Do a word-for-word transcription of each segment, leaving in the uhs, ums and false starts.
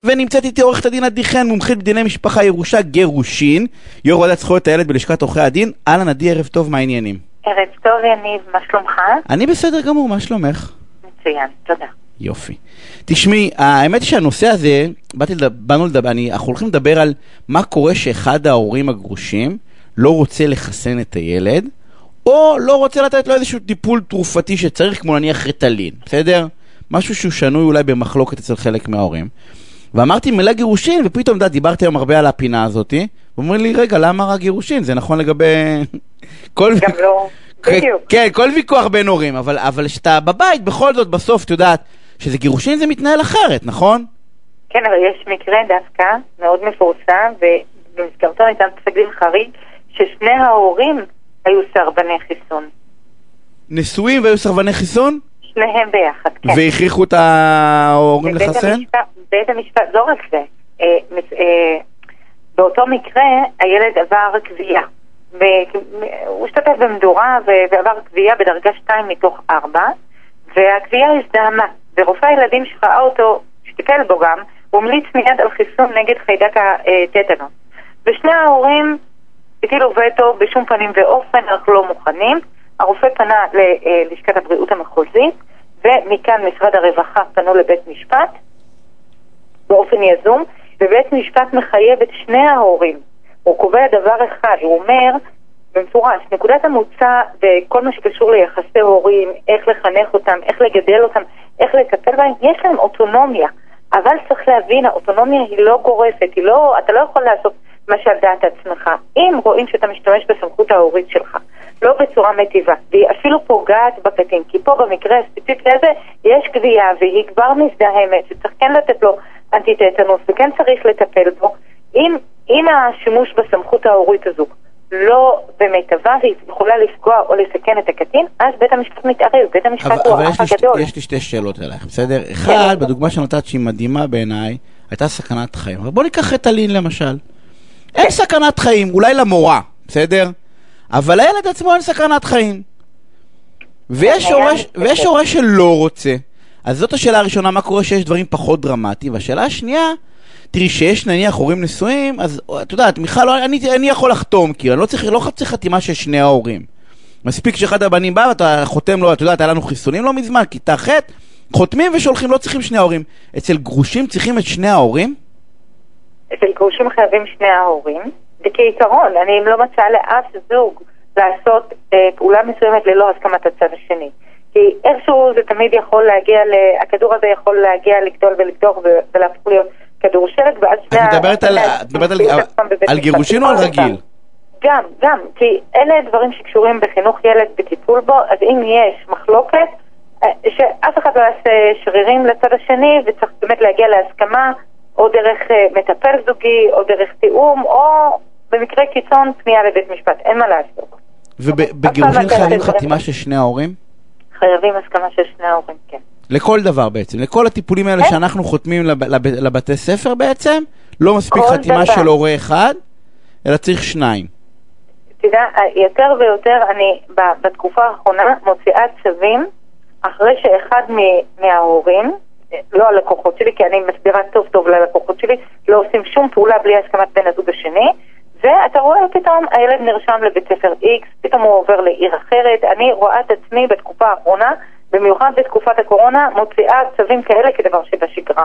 ונמצאת איתי עורכת הדין עדי חן, מומחית בדיני משפחה, ירושה, גירושין, יו"ר ועדת זכויות הילד בלשכת עורכי הדין. אהלן עדי, ערב טוב, מה העניינים? ערב טוב יניב, מה שלומך? אני בסדר גמור, מה שלומך? מצוין, תודה. יופי. תשמעי, האמת היא שהנושא הזה, באתי לדבר, באנו לדבר, אני, אנחנו הולכים לדבר על מה קורה שאחד ההורים הגרושים לא רוצה לחסן את הילד, או לא רוצה לתת לו איזשהו טיפול תרופתי שצריך, כמו נניח ריטלין, בסדר? משהו שהוא שנוי אולי במחלוקת אצל חלק מההורים. ואמרתי מילה גירושין, ופתאום דה, דיברתי היום הרבה על הפינה הזאת, ואומרים לי, רגע, למה רק גירושין? זה נכון לגבי... כל... גם לא, בדיוק. כן, כל ויכוח בין הורים, אבל, אבל שאתה בבית, בכל זאת, בסוף, אתה יודעת, שזה גירושין זה מתנהל אחרת, נכון? כן, אבל יש מקרה דווקא מאוד מפורסם, ובמסגרתו ניתן פסק דין חריג, ששני ההורים היו סרבני חיסון. נשואים והיו סרבני חיסון? שניהם ביחד, כן. והכריחו את ההורים לחסן? המשפט, בית המשפט, לא רק זה. אה, אה, באותו מקרה, הילד עבר קביעה. הוא השתתף במדורה ועבר קביעה בדרגה שתיים מתוך ארבע, והקביעה הזדהמה. ורופא הילדים שראה אותו, שטיפל בו גם, הוא המליץ מיד על חיסון נגד חיידק הטטנוס. ושני ההורים הטילו וטו בשום פנים ואופן, אנחנו לא מוכנים. הרופא פנה ללשכת הבריאות המחוזית, ומכאן משרד הרווחה פנו לבית משפט באופן יזום, ובית משפט מחייב את שני ההורים. הוא קובע דבר אחד, הוא אומר במפורש, נקודת המוצא וכל מה שקשור ליחסי הורים, איך לחנך אותם, איך לגדל אותם, איך לטפל בהם, יש להם אוטונומיה, אבל צריך להבין, האוטונומיה היא לא גורפת, היא לא, אתה לא יכול לעשות מה שעל דעת עצמך. אם רואים שאתה משתמש בסמכות ההורית שלך, לא בצורה מטיבה, והיא אפילו פוגעת בקטין, כי פה במקרה הספציפי הזה יש קביעה, והיא כבר מזדהמת, שצריך כן לתת לו אנטי-טטנוס, וכן צריך לטפל בו. אם, אם השימוש בסמכות ההורית הזו לא במיטבה, והיא יכולה לפגוע או לסכן את הקטין, אז בית המשפט מתערב, בית המשפט הוא האח הגדול. אבל יש לי שתי שאלות אליך, בסדר? אחד, בדוגמה שנתת שהיא מדהימה בעיניי, הייתה סכנת חיים. אבל בוא ניקח ריטלין למשל. אין סכנת חיים, אולי למורה, בסדר? אבל הילד עצמו אין סכנת חיים. ויש הורה שלא רוצה. אז זאת השאלה הראשונה, מה קורה שיש דברים פחות דרמטיים, והשאלה השנייה, תראי שיש נניח הורים נשואים, אז אתה יודעת, מיכל, אני, אני יכול לחתום, כי אני לא צריך, לא צריך חתימה של שני ההורים. מספיק שאחד הבנים בא, ואתה חותם לו, אתה יודעת, היה לנו חיסונים לא מזמן, כיתה ח', חותמים ושולחים, לא צריכים שני ההורים. אצל גרושים צריכים את שני ההורים? אצל גרושים חייבים שני ההורים, וכעיקרון, אני לא מצאה לאף זוג לעשות אה, פעולה מסוימת ללא הסכמת הצד השני. כי איכשהו זה תמיד יכול להגיע, הכדור הזה יכול להגיע לגדול ולגדור ולהפוך להיות כדור שלג, ואז שני... את מדברת על גירושין או על רגיל? גם, גם, כי אלה דברים שקשורים בחינוך ילד בטיפול בו, אז אם יש מחלוקת, שאף אחד לא יעשה שרירים לצד השני, וצריך באמת להגיע להסכמה, או דרך מטפל זוגי, או דרך תיאום, או במקרה קיצון פנייה לבית משפט, אין מה לעשות. ובגירושין חייבים חתימה של שני ההורים? חייבים הסכמה של שני ההורים, כן. לכל דבר בעצם, לכל הטיפולים האלה שאנחנו חותמים לבתי ספר בעצם, לא מספיק חתימה של הורה אחד, אלא צריך שניים. תדע, יותר ויותר אני בתקופה האחרונה מוציאה צווים, אחרי שאחד מההורים, לא הלקוחות שלי, כי אני מסבירה טוב טוב ללקוחות שלי, לא עושים שום פעולה בלי הסכמת בן הזוג השני, ואתה רואה פתאום הילד נרשם לבית ספר X, פתאום הוא עובר לעיר אחרת. אני רואה את עצמי בתקופה האחרונה, במיוחד בתקופת הקורונה, מוציאה צווים כאלה כדבר שבשגרה.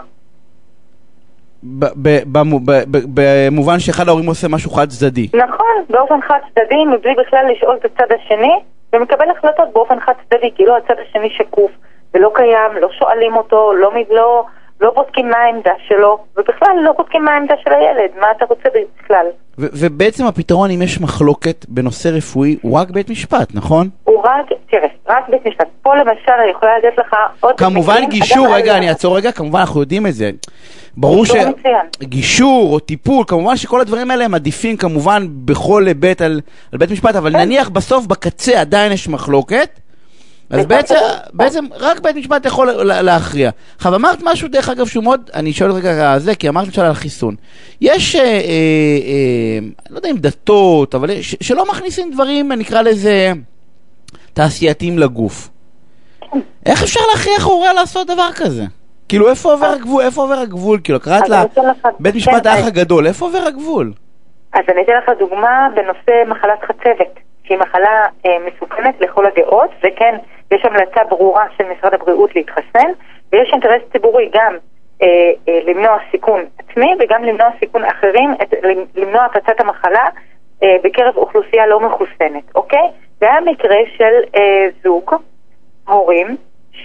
במובן שאחד ההורים עושה משהו חד צדדי. נכון, באופן חד צדדי, מבלי בכלל לשאול את הצד השני, ומקבל החלטות באופן חד צדדי, כי לא הצד השני שקוף, ולא קיים, לא שואלים אותו, לא לא, לא בודקים מה העמדה שלו, ובכלל לא בודקים מה העמדה של הילד, מה אתה רוצה בכלל. ובעצם הפתרון, אם יש מחלוקת בנושא רפואי, הוא רק בית משפט, נכון? הוא רק, תראה, רק בית משפט. פה למשל, אני יכולה לתת לך עוד... כמובן גישור, רגע, אני אעצור רגע, כמובן אנחנו יודעים את זה. ברור שגישור או טיפול, כמובן שכל הדברים האלה הם עדיפים כמובן בכל היבט על בית משפט, אבל נניח בסוף בקצה עדיין יש מחלוקת, אז בעצם, בעצם רק בית משפט יכול להכריע. עכשיו, אמרת משהו דרך אגב שהוא מאוד, אני שואל רגע על זה, כי אמרת למשל על חיסון. יש, אה, אה, אה, לא יודע אם דתות, אבל ש, שלא מכניסים דברים, נקרא לזה, תעשייתיים לגוף. איך אפשר להכריח הורה לעשות דבר כזה? כאילו, איפה עובר הגבול? איפה עובר הגבול? כאילו, קראת לה, בית משפט האח הגדול, איפה עובר הגבול? אז אני אתן לך דוגמה בנושא מחלת חצבת, שהיא מחלה אה, מסוכנת לכל הדעות, וכן, יש המלצה ברורה של משרד הבריאות להתחסן, ויש אינטרס ציבורי גם אה, אה, למנוע סיכון עצמי, וגם למנוע סיכון אחרים, את, למנוע הפצת המחלה אה, בקרב אוכלוסייה לא מחוסנת, אוקיי? זה היה מקרה של אה, זוג, הורים,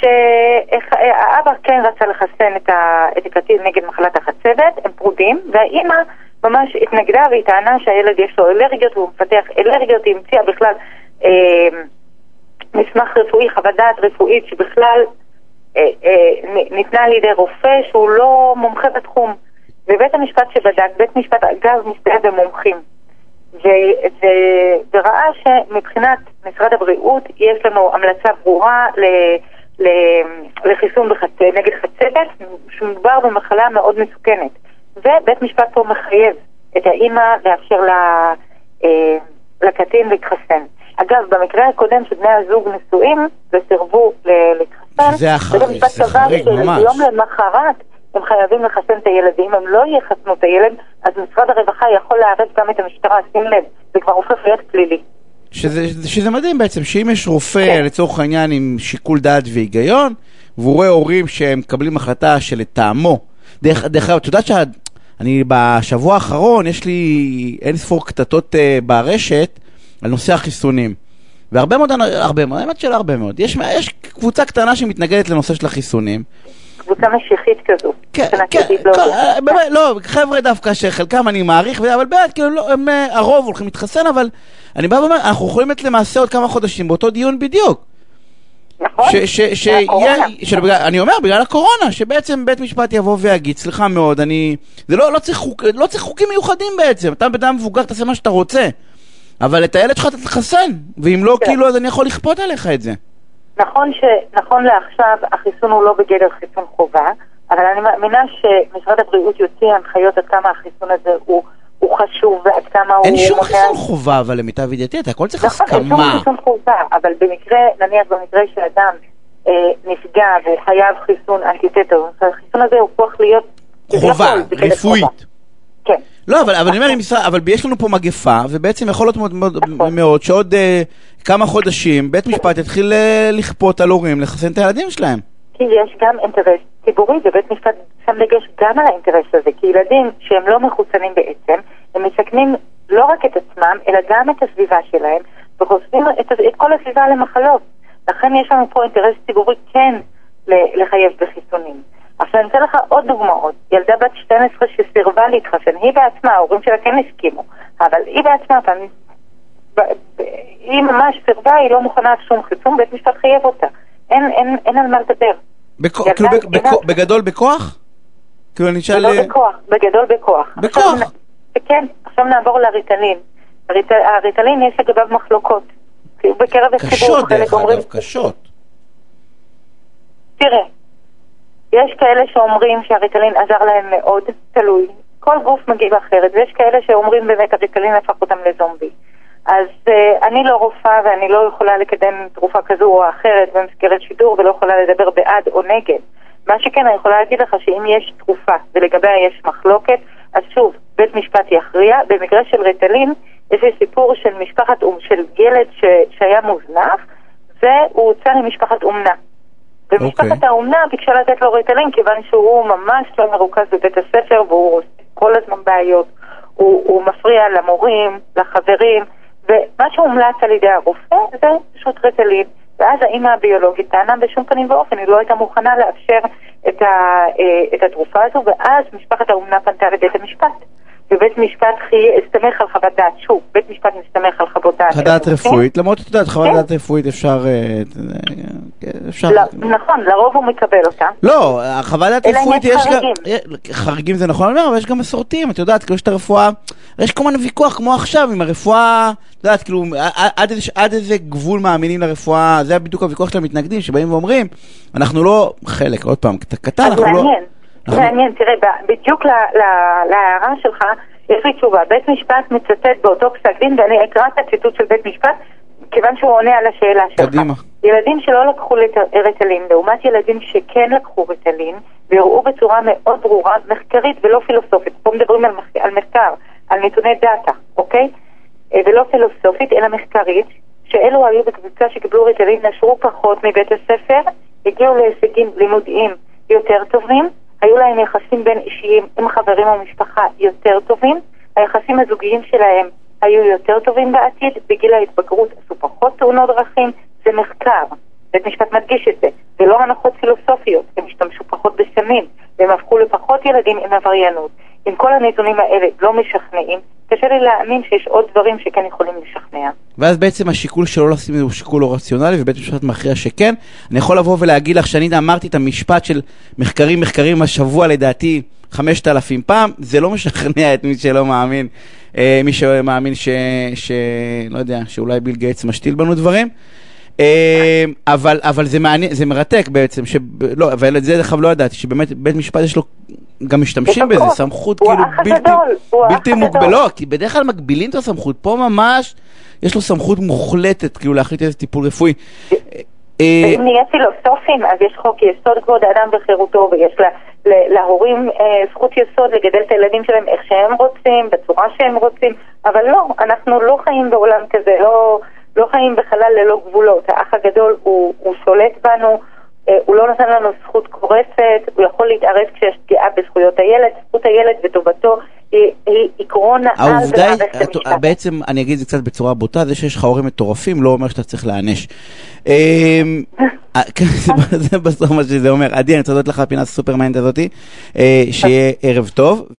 שהאבא כן רצה לחסן את הקטין נגד מחלת החצבת, הם פרודים, והאימא ממש התנגדה והיא טענה שהילד יש לו אלרגיות והוא מפתח אלרגיות, היא המציאה בכלל אה, מסמך רפואי, חוות דעת רפואית שבכלל אה, אה, ניתנה על ידי רופא שהוא לא מומחה בתחום. ובית המשפט שבדק, בית משפט אגב מסתכל במומחים, ו- ו- וראה שמבחינת משרד הבריאות יש לנו המלצה ברורה ל- ל- לחיסון בחצ... נגד חצבת, שמדובר במחלה מאוד מסוכנת. ובית משפט פה מחייב את האמא לאפשר לה, אה, לקטין להתחסן. אגב, במקרה הקודם שבני הזוג נשואים וסירבו להתחסן, זה חריג, זה חריג ממש. יום למחרת הם חייבים לחסן את הילדים, הם לא יחסנו את הילד, אז משרד הרווחה יכול לערב גם את המשטרה, שים לב, זה כבר הופך להיות פלילי. שזה, שזה מדהים בעצם, שאם יש רופא כן. לצורך העניין עם שיקול דעת והיגיון, והוא רואה הורים שהם מקבלים החלטה שלטעמו, דרך, דרך, אתה יודעת שאני בשבוע האחרון, יש לי אין ספור קטטות uh, ברשת על נושא החיסונים. והרבה מאוד, הרבה מאוד, האמת של הרבה מאוד. יש, יש קבוצה קטנה שמתנגדת לנושא של החיסונים. קבוצה משיחית כזו. כן, כן, באמת, לא, חבר'ה דווקא שחלקם אני מעריך, אבל באמת, כאילו, הם הרוב הולכים להתחסן, אבל אני בא ואומר, אנחנו יכולים את למעשה עוד כמה חודשים באותו דיון בדיוק. נכון, אני אומר, בגלל הקורונה, שבעצם בית משפט יבוא ויגיד, סליחה מאוד, אני, זה לא צריך חוקים מיוחדים בעצם, אתה בדם מבוגר, תעשה מה שאתה רוצה, אבל את הילד שלך אתה תחסן, ואם לא, כאילו, אז אני יכול לכפות עליך את זה. נכון שנכון לעכשיו החיסון הוא לא בגדר חיסון חובה, אבל אני מאמינה שמשרד הבריאות יוציא הנחיות עד כמה החיסון הזה הוא, הוא חשוב ועד כמה הוא... אין שום חיסון חובה, אבל למיטב ידיעתי, אתה הכל צריך הסכמה. נכון, אין שום חיסון חובה, אבל במקרה, נניח במקרה שאדם אה, נפגע והוא חייב חיסון אנטיטטר, החיסון הזה הוא הופך להיות... חובה, רפואית. כן. לא, אבל, אבל אני אומר, אבל יש לנו פה מגפה, ובעצם יכול להיות מאוד, מאוד, מאוד שעוד uh, כמה חודשים בית משפט יתחיל uh, לכפות על הורים לחסן את הילדים שלהם. כי יש גם אינטרס ציבורי, ובית משפט שם דגש גם על האינטרס הזה, כי ילדים שהם לא מחוסנים בעצם, הם מסכנים לא רק את עצמם, אלא גם את הסביבה שלהם, וחושפים את, את כל הסביבה למחלות. לכן יש לנו פה אינטרס ציבורי כן לחייב בחיסונים. עכשיו אני אתן לך עוד דוגמאות. ילדה בת שתים עשרה שסירבה להתחסן, היא בעצמה, ההורים שלה כן הסכימו, אבל היא בעצמה, היא ממש סירבה, היא לא מוכנה שום חיסון, בית משפט חייב אותה. אין, אין, אין על מה לדבר. בגדול בכוח? בגדול בכוח, בגדול בכוח. בכוח? כן, עכשיו נעבור לריטלין. הריטלין יש לגביו מחלוקות. בקרב הציבור. קשות דרך אגב, קשות. תראה, יש כאלה שאומרים שהריטלין עזר להם מאוד, תלוי. כל גוף מגיב אחרת, ויש כאלה שאומרים באמת הריטלין הפך אותם לזומבי. אז uh, אני לא רופאה ואני לא יכולה לקדם תרופה כזו או אחרת במסגרת שידור ולא יכולה לדבר בעד או נגד. מה שכן, אני יכולה להגיד לך שאם יש תרופה ולגביה יש מחלוקת, אז שוב, בית משפט יכריע. במקרה של ריטלין, יש סיפור של משפחת אומ, של ילד ש, שהיה מוזנח, והוא הוצא למשפחת אומנה. ומשפחת okay. האומנה ביקשה לתת לו ריטלין, כיוון שהוא ממש לא מרוכז בבית הספר, והוא עושה כל הזמן בעיות. הוא, הוא מפריע למורים, לחברים, ומה שהומלץ על ידי הרופא זה פשוט ריטלין. ואז האמא הביולוגית טענה בשום פנים ואופן, היא לא הייתה מוכנה לאפשר את, ה, את התרופה הזו, ואז משפחת האומנה פנתה לבית המשפט. ובית משפט הסתמך על חוות דעת, שוב, בית משפט מסתמך על חוות דעת. חוות דעת רפואית, למרות את יודעת, חוות דעת רפואית אפשר... נכון, לרוב הוא מקבל אותה. לא, חוות דעת רפואית יש גם... חריגים זה נכון, אבל יש גם מסורתיים, את יודעת, כאילו יש את הרפואה, יש כל מיני ויכוח כמו עכשיו עם הרפואה, את יודעת, כאילו, עד איזה גבול מאמינים לרפואה, זה בדיוק הוויכוח של המתנגדים, שבאים ואומרים, אנחנו לא חלק, עוד פעם, קטן, אנחנו לא... מעניין, תראה, בדיוק להערה שלך יש לי תשובה. בית משפט מצטט באותו פסק דין, ואני אקרא את הציטוט של בית משפט כיוון שהוא עונה על השאלה שלך. קדימה. ילדים שלא לקחו ריטלין, לעומת ילדים שכן לקחו ריטלין, והראו בצורה מאוד ברורה, מחקרית ולא פילוסופית. פה מדברים על, מחקר, על מחקר, על נתוני דאטה, אוקיי? ולא פילוסופית, אלא מחקרית, שאלו היו בקבוצה שקיבלו ריטלין, נשרו פחות מבית הספר, הגיעו להישגים לימודיים יותר טובים, היו להם יחסים בין אישיים עם חברים או משפחה יותר טובים, היחסים הזוגיים שלהם היו יותר טובים בעתיד, בגיל ההתבגרות עשו פחות תאונות דרכים, זה מחקר, בית משפט מדגיש את זה, זה לא הנחות פילוסופיות, הם השתמשו פחות בסמים, והם הפכו לפחות ילדים עם עבריינות. אם כל הנתונים האלה לא משכנעים, קשה לי להאמין שיש עוד דברים שכן יכולים לשכנע. ואז בעצם השיקול שלא לשים הוא שיקול לא רציונלי, ובית משפט מכריע שכן. אני יכול לבוא ולהגיד לך שאני אמרתי את המשפט של מחקרים, מחקרים השבוע לדעתי חמשת אלפים פעם, זה לא משכנע את מי שלא מאמין, אה, מי שמאמין ש, ש, לא יודע, שאולי ביל גייטס משתיל בנו דברים. אה, אבל, אבל זה מעניין, זה מרתק בעצם, שלא, אבל זה דרך לא ידעתי, שבאמת בית משפט יש לו גם משתמשים בזה, סמכות כאילו בלתי, בלתי מוגבלות, כי בדרך כלל מגבילים את הסמכות, פה ממש יש לו סמכות מוחלטת, כאילו להחליט איזה טיפול רפואי. אם נהיה פילוסופים, אז יש חוק יסוד כבוד האדם וחירותו, ויש להורים זכות יסוד לגדל את הילדים שלהם איך שהם רוצים, בצורה שהם רוצים, אבל לא, אנחנו לא חיים בעולם כזה, לא, לא חיים בחלל ללא גבולות. האח הגדול הוא, הוא שולט בנו, הוא לא נותן לנו זכות קורסת, הוא יכול להתערב כשיש פגיעה בזכויות הילד, זכות הילד וטובתו היא, היא עקרון העל. העובדה היא, בעצם אני אגיד את זה קצת בצורה בוטה, זה שיש לך הורים מטורפים לא אומר שאתה צריך להענש. זה בסוף מה שזה אומר. עדי, אני רוצה לדעת לך הפינה הסופר מעניינת הזאת, שיהיה ערב טוב.